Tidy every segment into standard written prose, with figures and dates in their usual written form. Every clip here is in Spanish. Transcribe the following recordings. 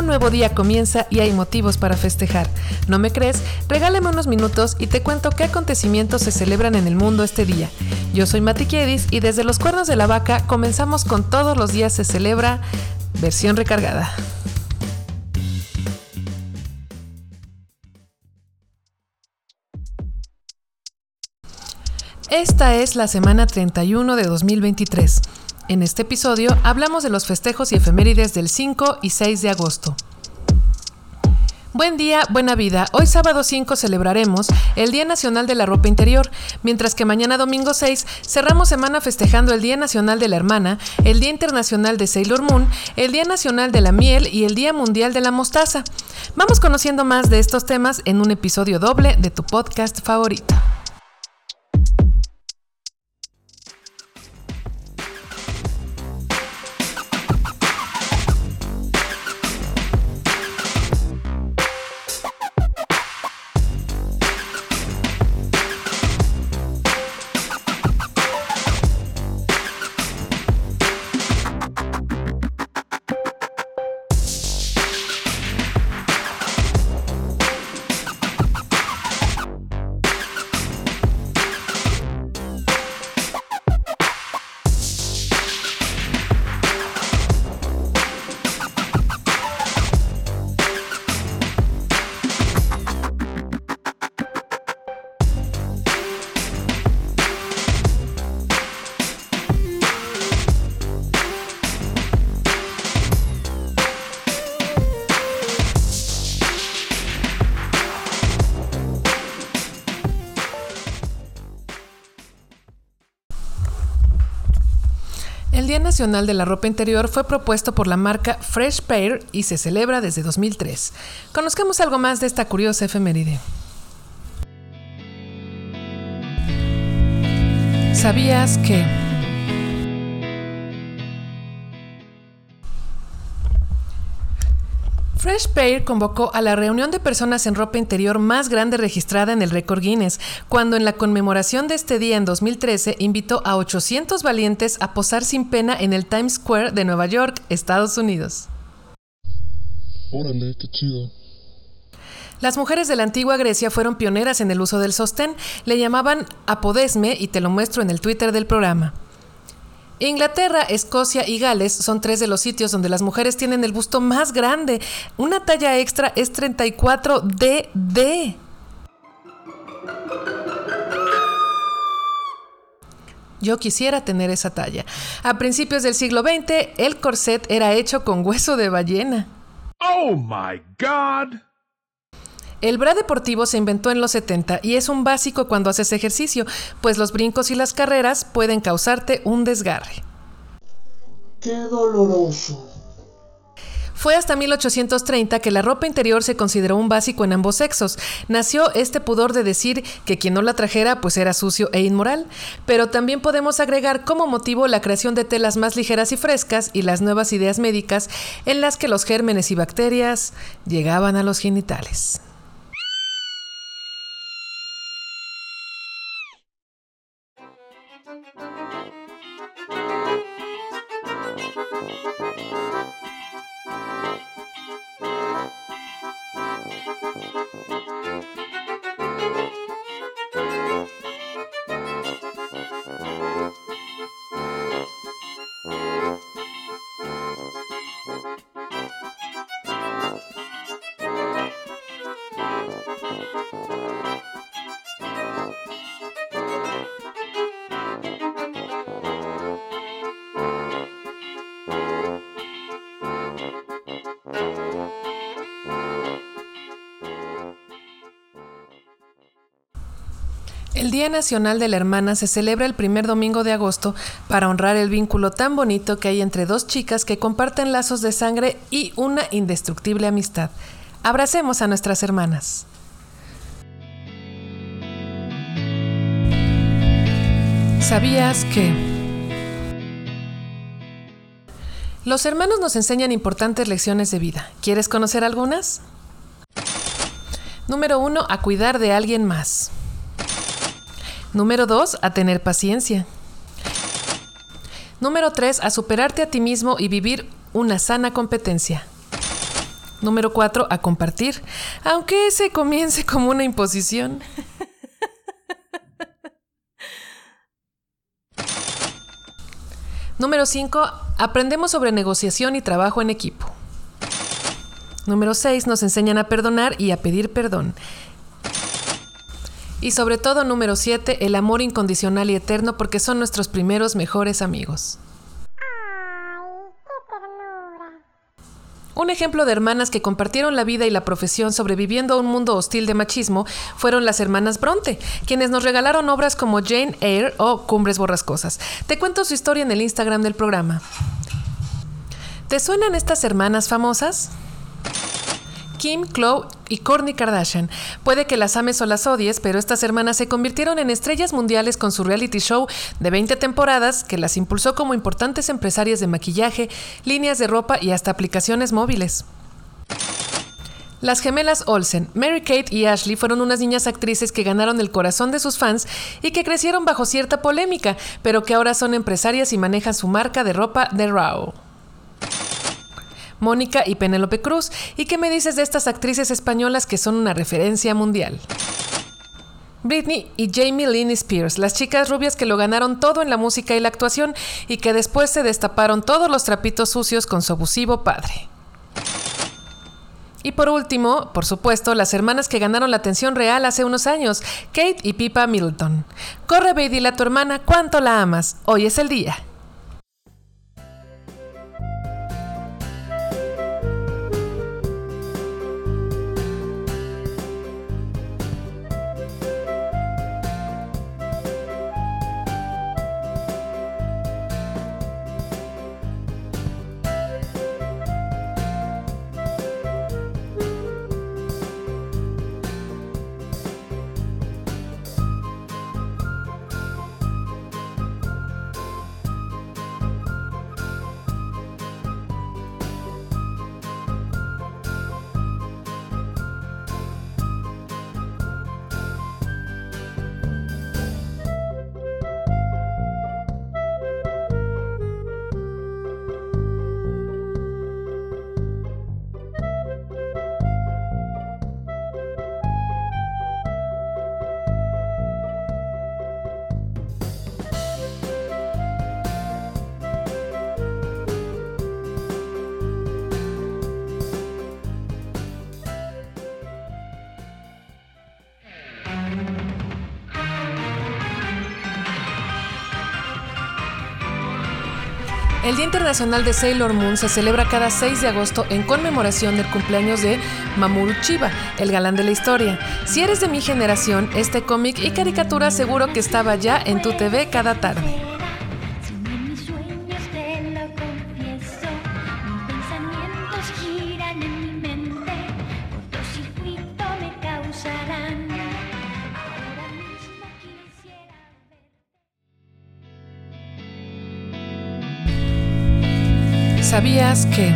nuevo día comienza y hay motivos para festejar. ¿No me crees? Regálame unos minutos y te cuento qué acontecimientos se celebran en el mundo este día. Yo soy Mati Kiedis y desde los Cuernos de la Vaca comenzamos con Todos los días se celebra, versión recargada. Esta es la semana 31 de 2023. En este episodio hablamos de los festejos y efemérides del 5 y 6 de agosto. Buen día, buena vida. Hoy sábado 5 celebraremos el Día Nacional de la Ropa Interior, mientras que mañana domingo 6 cerramos semana festejando el Día Nacional de la Hermana, el Día Internacional de Sailor Moon, el Día Nacional de la Miel y el Día Mundial de la Mostaza. Vamos conociendo más de estos temas en un episodio doble de tu podcast favorito. El Día Nacional de la Ropa Interior fue propuesto por la marca Fresh Pair y se celebra desde 2003. Conozcamos algo más de esta curiosa efeméride. ¿Sabías que? Fresh Pair convocó a la reunión de personas en ropa interior más grande registrada en el récord Guinness, cuando en la conmemoración de este día en 2013 invitó a 800 valientes a posar sin pena en el Times Square de Nueva York, Estados Unidos. Órale, qué chido. Las mujeres de la antigua Grecia fueron pioneras en el uso del sostén, le llamaban apodesme y te lo muestro en el Twitter del programa. Inglaterra, Escocia y Gales son 3 de los sitios donde las mujeres tienen el busto más grande. Una talla extra es 34DD. Yo quisiera tener esa talla. A principios del siglo XX, el corset era hecho con hueso de ballena. ¡Oh, my God! El bra deportivo se inventó en los 70 y es un básico cuando haces ejercicio, pues los brincos y las carreras pueden causarte un desgarre. ¡Qué doloroso! Fue hasta 1830 que la ropa interior se consideró un básico en ambos sexos. Nació este pudor de decir que quien no la trajera pues era sucio e inmoral. Pero también podemos agregar como motivo la creación de telas más ligeras y frescas y las nuevas ideas médicas en las que los gérmenes y bacterias llegaban a los genitales. El Día Nacional de la Hermana se celebra el primer domingo de agosto para honrar el vínculo tan bonito que hay entre dos chicas que comparten lazos de sangre y una indestructible amistad. Abracemos a nuestras hermanas. ¿Sabías que? Los hermanos nos enseñan importantes lecciones de vida. ¿Quieres conocer algunas? Número 1, a cuidar de alguien más. Número 2, a tener paciencia. Número 3, a superarte a ti mismo y vivir una sana competencia. Número 4, a compartir, aunque ese comience como una imposición. Número 5, aprendemos sobre negociación y trabajo en equipo. Número 6, nos enseñan a perdonar y a pedir perdón. Y sobre todo, número 7, el amor incondicional y eterno porque son nuestros primeros mejores amigos. Un ejemplo de hermanas que compartieron la vida y la profesión sobreviviendo a un mundo hostil de machismo fueron las hermanas Bronte, quienes nos regalaron obras como Jane Eyre o Cumbres Borrascosas. Te cuento su historia en el Instagram del programa. ¿Te suenan estas hermanas famosas? Kim, Khloe y Kourtney Kardashian. Puede que las ames o las odies, pero estas hermanas se convirtieron en estrellas mundiales con su reality show de 20 temporadas que las impulsó como importantes empresarias de maquillaje, líneas de ropa y hasta aplicaciones móviles. Las gemelas Olsen, Mary-Kate y Ashley, fueron unas niñas actrices que ganaron el corazón de sus fans y que crecieron bajo cierta polémica, pero que ahora son empresarias y manejan su marca de ropa de Rao. Mónica y Penélope Cruz. ¿Y qué me dices de estas actrices españolas que son una referencia mundial? Britney y Jamie Lynn Spears, las chicas rubias que lo ganaron todo en la música y la actuación y que después se destaparon todos los trapitos sucios con su abusivo padre. Y por último, por supuesto, las hermanas que ganaron la atención real hace unos años, Kate y Pippa Middleton. Corre, ve y dile a tu hermana cuánto la amas. Hoy es el día. El Día Internacional de Sailor Moon se celebra cada 6 de agosto en conmemoración del cumpleaños de Mamoru Chiba, el galán de la historia. Si eres de mi generación, este cómic y caricatura seguro que estaba ya en tu TV cada tarde. ¿Sabías que?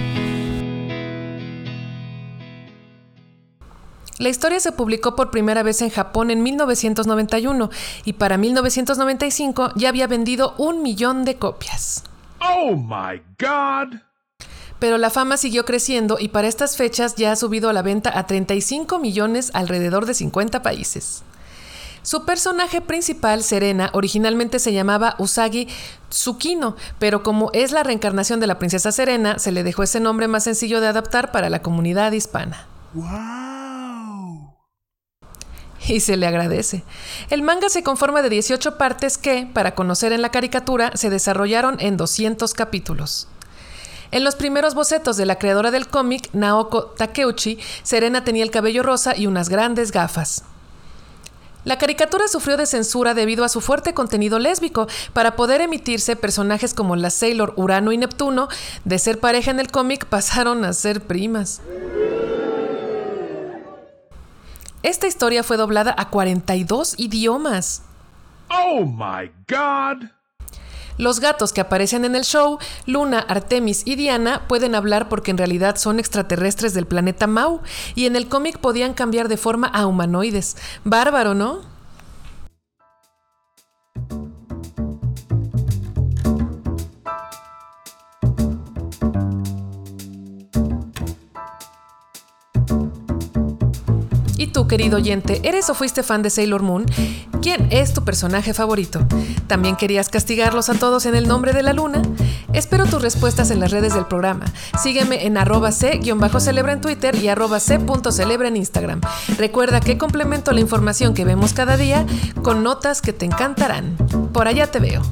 La historia se publicó por primera vez en Japón en 1991 y para 1995 ya había vendido 1 millón de copias. Oh my God! Pero la fama siguió creciendo y para estas fechas ya ha subido a la venta a 35 millones alrededor de 50 países. Su personaje principal, Serena, originalmente se llamaba Usagi Tsukino, pero como es la reencarnación de la princesa Serena, se le dejó ese nombre más sencillo de adaptar para la comunidad hispana. ¡Wow! Y se le agradece. El manga se conforma de 18 partes que, para conocer en la caricatura, se desarrollaron en 200 capítulos. En los primeros bocetos de la creadora del cómic, Naoko Takeuchi, Serena tenía el cabello rosa y unas grandes gafas. La caricatura sufrió de censura debido a su fuerte contenido lésbico. Para poder emitirse, personajes como las Sailor Urano y Neptuno, de ser pareja en el cómic, pasaron a ser primas. Esta historia fue doblada a 42 idiomas. Oh my God! Los gatos que aparecen en el show, Luna, Artemis y Diana, pueden hablar porque en realidad son extraterrestres del planeta Mau, y en el cómic podían cambiar de forma a humanoides. Bárbaro, ¿no? tú, querido oyente, ¿eres o fuiste fan de Sailor Moon? ¿Quién es tu personaje favorito? ¿También querías castigarlos a todos en el nombre de la luna? Espero tus respuestas en las redes del programa. Sígueme en @c_celebra en Twitter y @c.celebra en Instagram. Recuerda que complemento la información que vemos cada día con notas que te encantarán. Por allá te veo.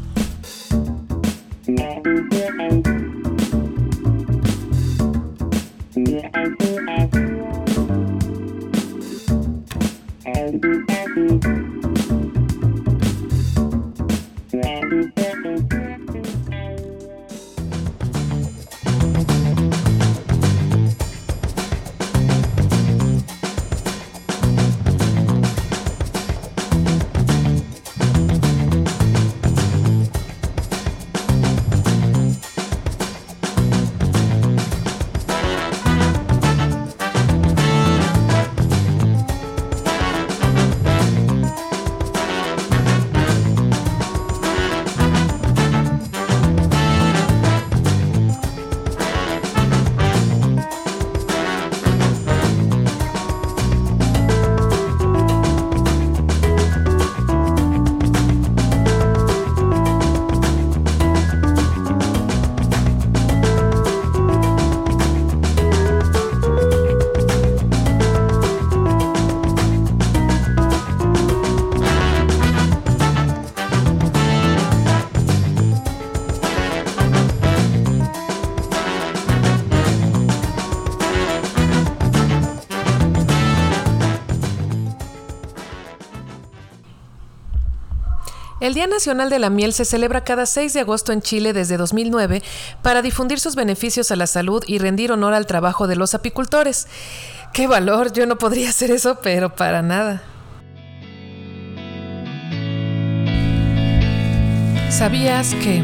El Día Nacional de la Miel se celebra cada 6 de agosto en Chile desde 2009 para difundir sus beneficios a la salud y rendir honor al trabajo de los apicultores. ¡Qué valor! Yo no podría hacer eso, pero para nada. ¿Sabías que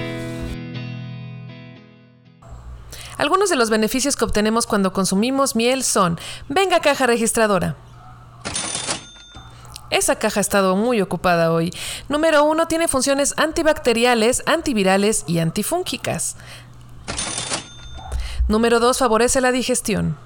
algunos de los beneficios que obtenemos cuando consumimos miel son: venga, caja registradora? Esa caja ha estado muy ocupada hoy. Número 1, tiene funciones antibacteriales, antivirales y antifúngicas. Número 2, favorece la digestión.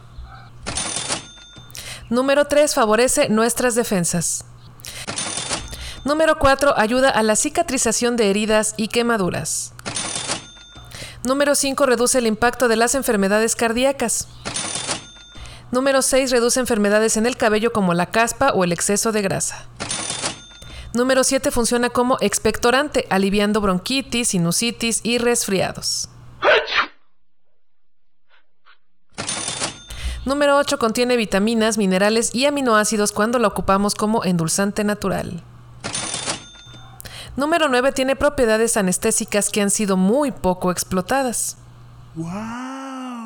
Número 3, favorece nuestras defensas. Número 4, ayuda a la cicatrización de heridas y quemaduras. Número 5, reduce el impacto de las enfermedades cardíacas. Número 6, reduce enfermedades en el cabello como la caspa o el exceso de grasa. Número 7, funciona como expectorante, aliviando bronquitis, sinusitis y resfriados. Número 8, contiene vitaminas, minerales y aminoácidos cuando la ocupamos como endulzante natural. Número 9, tiene propiedades anestésicas que han sido muy poco explotadas. Wow.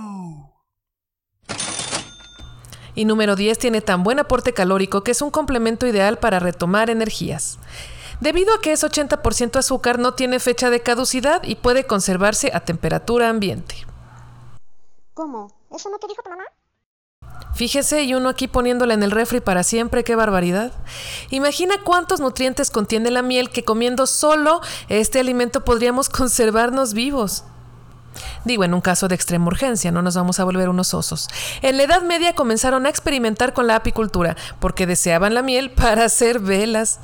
Y número 10, tiene tan buen aporte calórico que es un complemento ideal para retomar energías. Debido a que es 80% azúcar, no tiene fecha de caducidad y puede conservarse a temperatura ambiente. ¿Cómo? ¿Eso no te dijo tu mamá? Fíjese, y uno aquí poniéndola en el refri para siempre, ¡qué barbaridad! Imagina cuántos nutrientes contiene la miel que comiendo solo este alimento podríamos conservarnos vivos. Digo, en un caso de extrema urgencia, no nos vamos a volver unos osos. En la Edad Media comenzaron a experimentar con la apicultura porque deseaban la miel para hacer velas.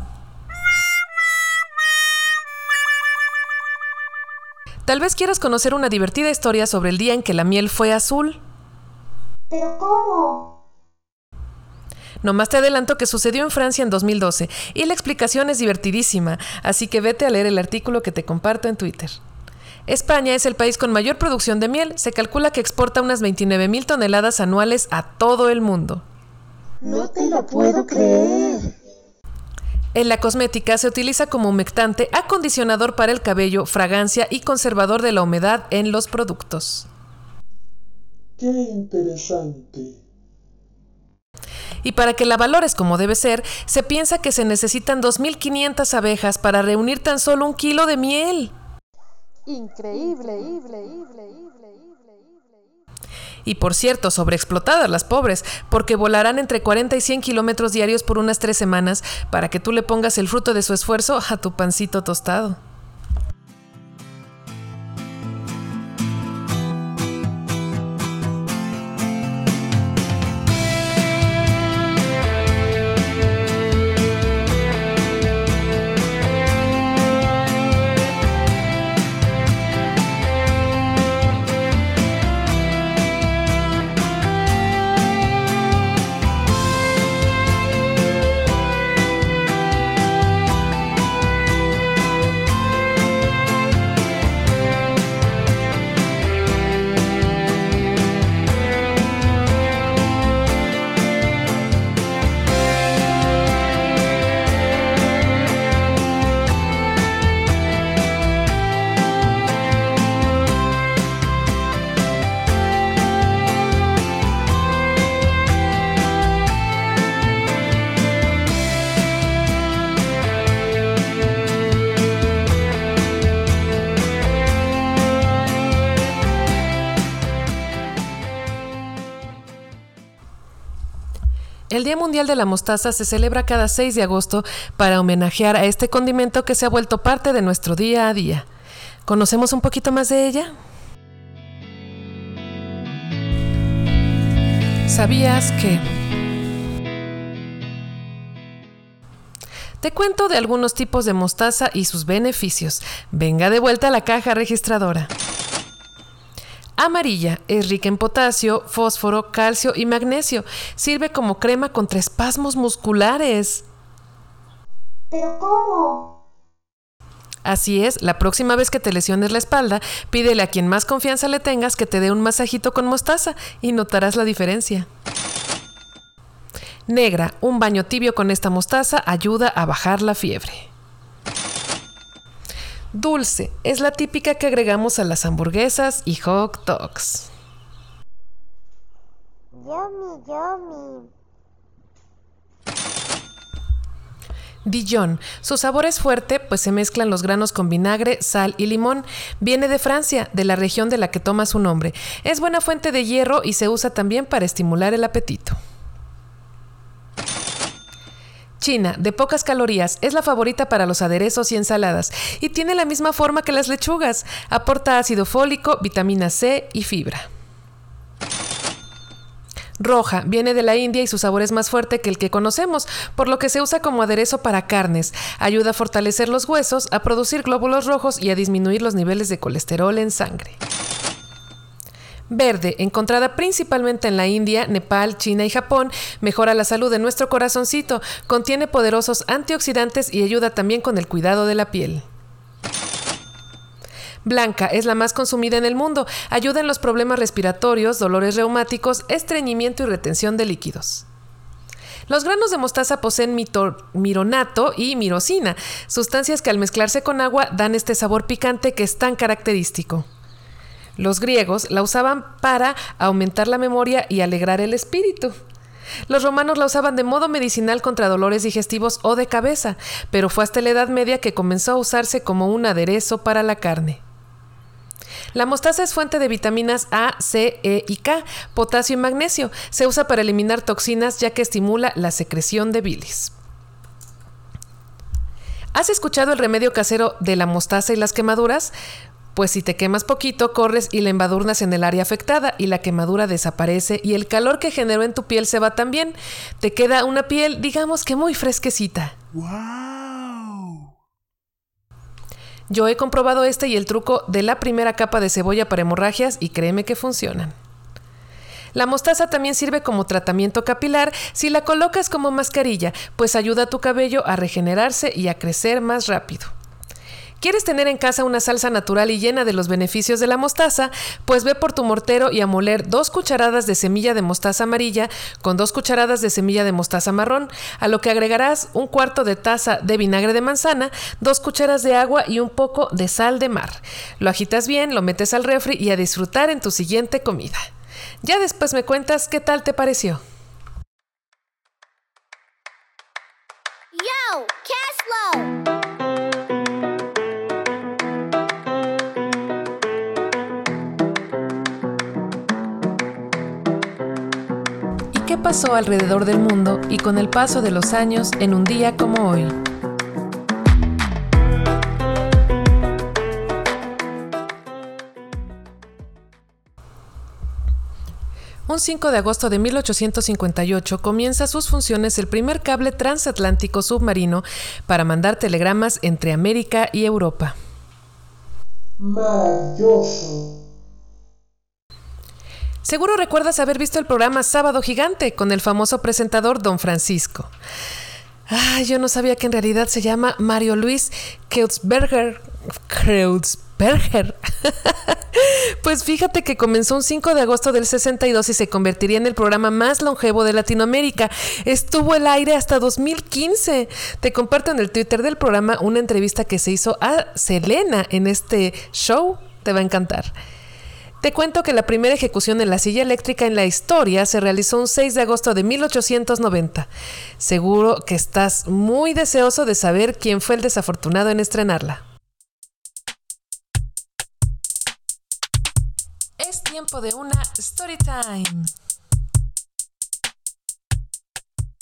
Tal vez quieras conocer una divertida historia sobre el día en que la miel fue azul. ¿Pero cómo? Nomás te adelanto que sucedió en Francia en 2012 y la explicación es divertidísima, así que vete a leer el artículo que te comparto en Twitter. España es el país con mayor producción de miel. Se calcula que exporta unas 29,000 toneladas anuales a todo el mundo. No te lo puedo creer. En la cosmética se utiliza como humectante, acondicionador para el cabello, fragancia y conservador de la humedad en los productos. ¡Qué interesante! Y para que la valores como debe ser, se piensa que se necesitan 2,500 abejas para reunir tan solo 1 kilo de miel. Increíble. Y por cierto, sobreexplotadas las pobres, porque volarán entre 40 y 100 kilómetros diarios por unas 3 semanas para que tú le pongas el fruto de su esfuerzo a tu pancito tostado. El Día Mundial de la Mostaza se celebra cada 6 de agosto para homenajear a este condimento que se ha vuelto parte de nuestro día a día. ¿Conocemos un poquito más de ella? ¿Sabías que? Te cuento de algunos tipos de mostaza y sus beneficios. Venga de vuelta a la caja registradora. Amarilla, es rica en potasio, fósforo, calcio y magnesio. Sirve como crema contra espasmos musculares. ¿Pero cómo? Así es, la próxima vez que te lesiones la espalda, pídele a quien más confianza le tengas que te dé un masajito con mostaza y notarás la diferencia. Negra, un baño tibio con esta mostaza ayuda a bajar la fiebre. Dulce, es la típica que agregamos a las hamburguesas y hot dogs. Yummy, yummy. Dijon, su sabor es fuerte, pues se mezclan los granos con vinagre, sal y limón. Viene de Francia, de la región de la que toma su nombre. Es buena fuente de hierro y se usa también para estimular el apetito. China, de pocas calorías, es la favorita para los aderezos y ensaladas y tiene la misma forma que las lechugas. Aporta ácido fólico, vitamina C y fibra. Roja, viene de la India y su sabor es más fuerte que el que conocemos, por lo que se usa como aderezo para carnes. Ayuda a fortalecer los huesos, a producir glóbulos rojos y a disminuir los niveles de colesterol en sangre. Verde, encontrada principalmente en la India, Nepal, China y Japón, mejora la salud de nuestro corazoncito, contiene poderosos antioxidantes y ayuda también con el cuidado de la piel. Blanca, es la más consumida en el mundo, ayuda en los problemas respiratorios, dolores reumáticos, estreñimiento y retención de líquidos. Los granos de mostaza poseen mironato y mirosina, sustancias que al mezclarse con agua dan este sabor picante que es tan característico. Los griegos la usaban para aumentar la memoria y alegrar el espíritu. Los romanos la usaban de modo medicinal contra dolores digestivos o de cabeza, pero fue hasta la Edad Media que comenzó a usarse como un aderezo para la carne. La mostaza es fuente de vitaminas A, C, E y K, potasio y magnesio. Se usa para eliminar toxinas ya que estimula la secreción de bilis. ¿Has escuchado el remedio casero de la mostaza y las quemaduras? Pues si te quemas poquito, corres y la embadurnas en el área afectada y la quemadura desaparece y el calor que generó en tu piel se va también. Te queda una piel, digamos que muy fresquecita. Wow. Yo he comprobado y el truco de la primera capa de cebolla para hemorragias y créeme que funcionan. La mostaza también sirve como tratamiento capilar si la colocas como mascarilla, pues ayuda a tu cabello a regenerarse y a crecer más rápido. ¿Quieres tener en casa una salsa natural y llena de los beneficios de la mostaza? Pues ve por tu mortero y a moler 2 cucharadas de semilla de mostaza amarilla con 2 cucharadas de semilla de mostaza marrón, a lo que agregarás 1/4 de taza de vinagre de manzana, 2 cucharas de agua y un poco de sal de mar. Lo agitas bien, lo metes al refri y a disfrutar en tu siguiente comida. Ya después me cuentas qué tal te pareció. Yo, Cashflow. ¿Qué pasó alrededor del mundo y con el paso de los años en un día como hoy? Un 5 de agosto de 1858 comienza sus funciones el primer cable transatlántico submarino para mandar telegramas entre América y Europa. Maravilloso. Seguro recuerdas haber visto el programa Sábado Gigante con el famoso presentador Don Francisco. Yo no sabía que en realidad se llama Mario Luis Kreutzberger. Pues fíjate que comenzó un 5 de agosto del 62 y se convertiría en el programa más longevo de Latinoamérica. Estuvo al aire hasta 2015. Te comparto en el Twitter del programa una entrevista que se hizo a Selena en este show. Te va a encantar. Te cuento que la primera ejecución en la silla eléctrica en la historia se realizó un 6 de agosto de 1890. Seguro que estás muy deseoso de saber quién fue el desafortunado en estrenarla. Es tiempo de una story time.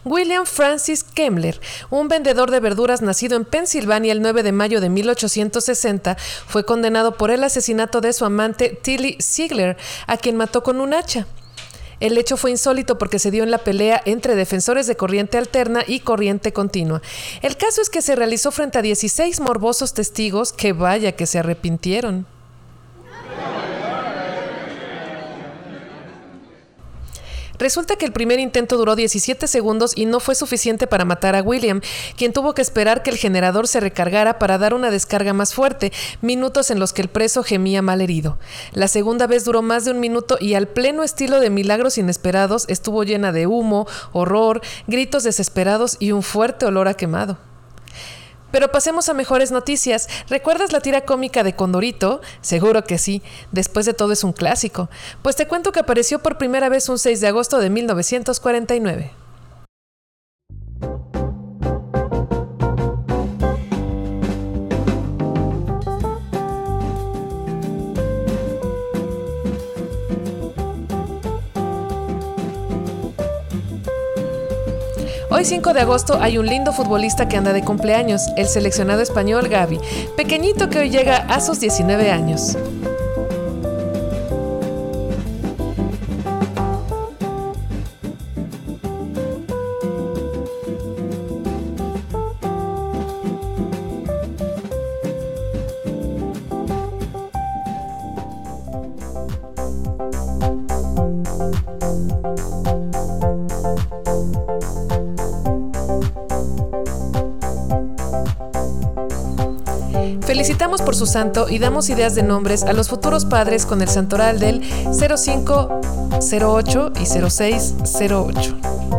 William Francis Kemmler, un vendedor de verduras nacido en Pensilvania el 9 de mayo de 1860, fue condenado por el asesinato de su amante Tilly Ziegler, a quien mató con un hacha. El hecho fue insólito porque se dio en la pelea entre defensores de corriente alterna y corriente continua. El caso es que se realizó frente a 16 morbosos testigos que vaya que se arrepintieron. Resulta que el primer intento duró 17 segundos y no fue suficiente para matar a William, quien tuvo que esperar que el generador se recargara para dar una descarga más fuerte, minutos en los que el preso gemía malherido. La segunda vez duró más de un minuto y al pleno estilo de Milagros Inesperados estuvo llena de humo, horror, gritos desesperados y un fuerte olor a quemado. Pero pasemos a mejores noticias. ¿Recuerdas la tira cómica de Condorito? Seguro que sí. Después de todo es un clásico. Pues te cuento que apareció por primera vez un 6 de agosto de 1949. Hoy 5 de agosto hay un lindo futbolista que anda de cumpleaños, el seleccionado español Gavi, pequeñito que hoy llega a sus 19 años. Felicitamos por su santo y damos ideas de nombres a los futuros padres con el santoral del 05, 08 y 0608.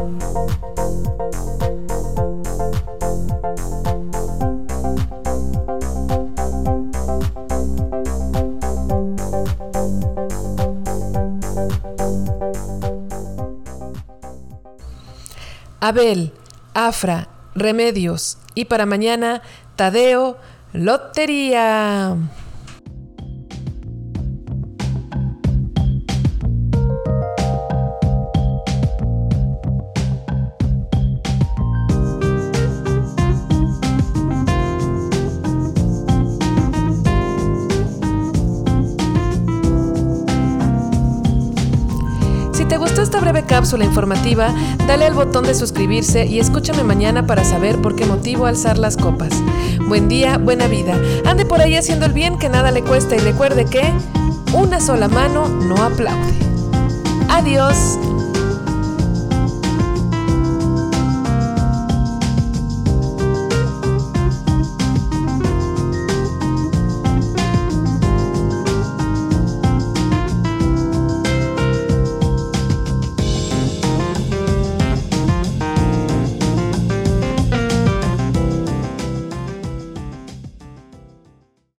Abel, Afra, Remedios y para mañana, Tadeo, Lotería. Si te gustó esta breve cápsula informativa, dale al botón de suscribirse y escúchame mañana para saber por qué motivo alzar las copas. Buen día, buena vida. Ande por ahí haciendo el bien que nada le cuesta y recuerde que una sola mano no aplaude. Adiós.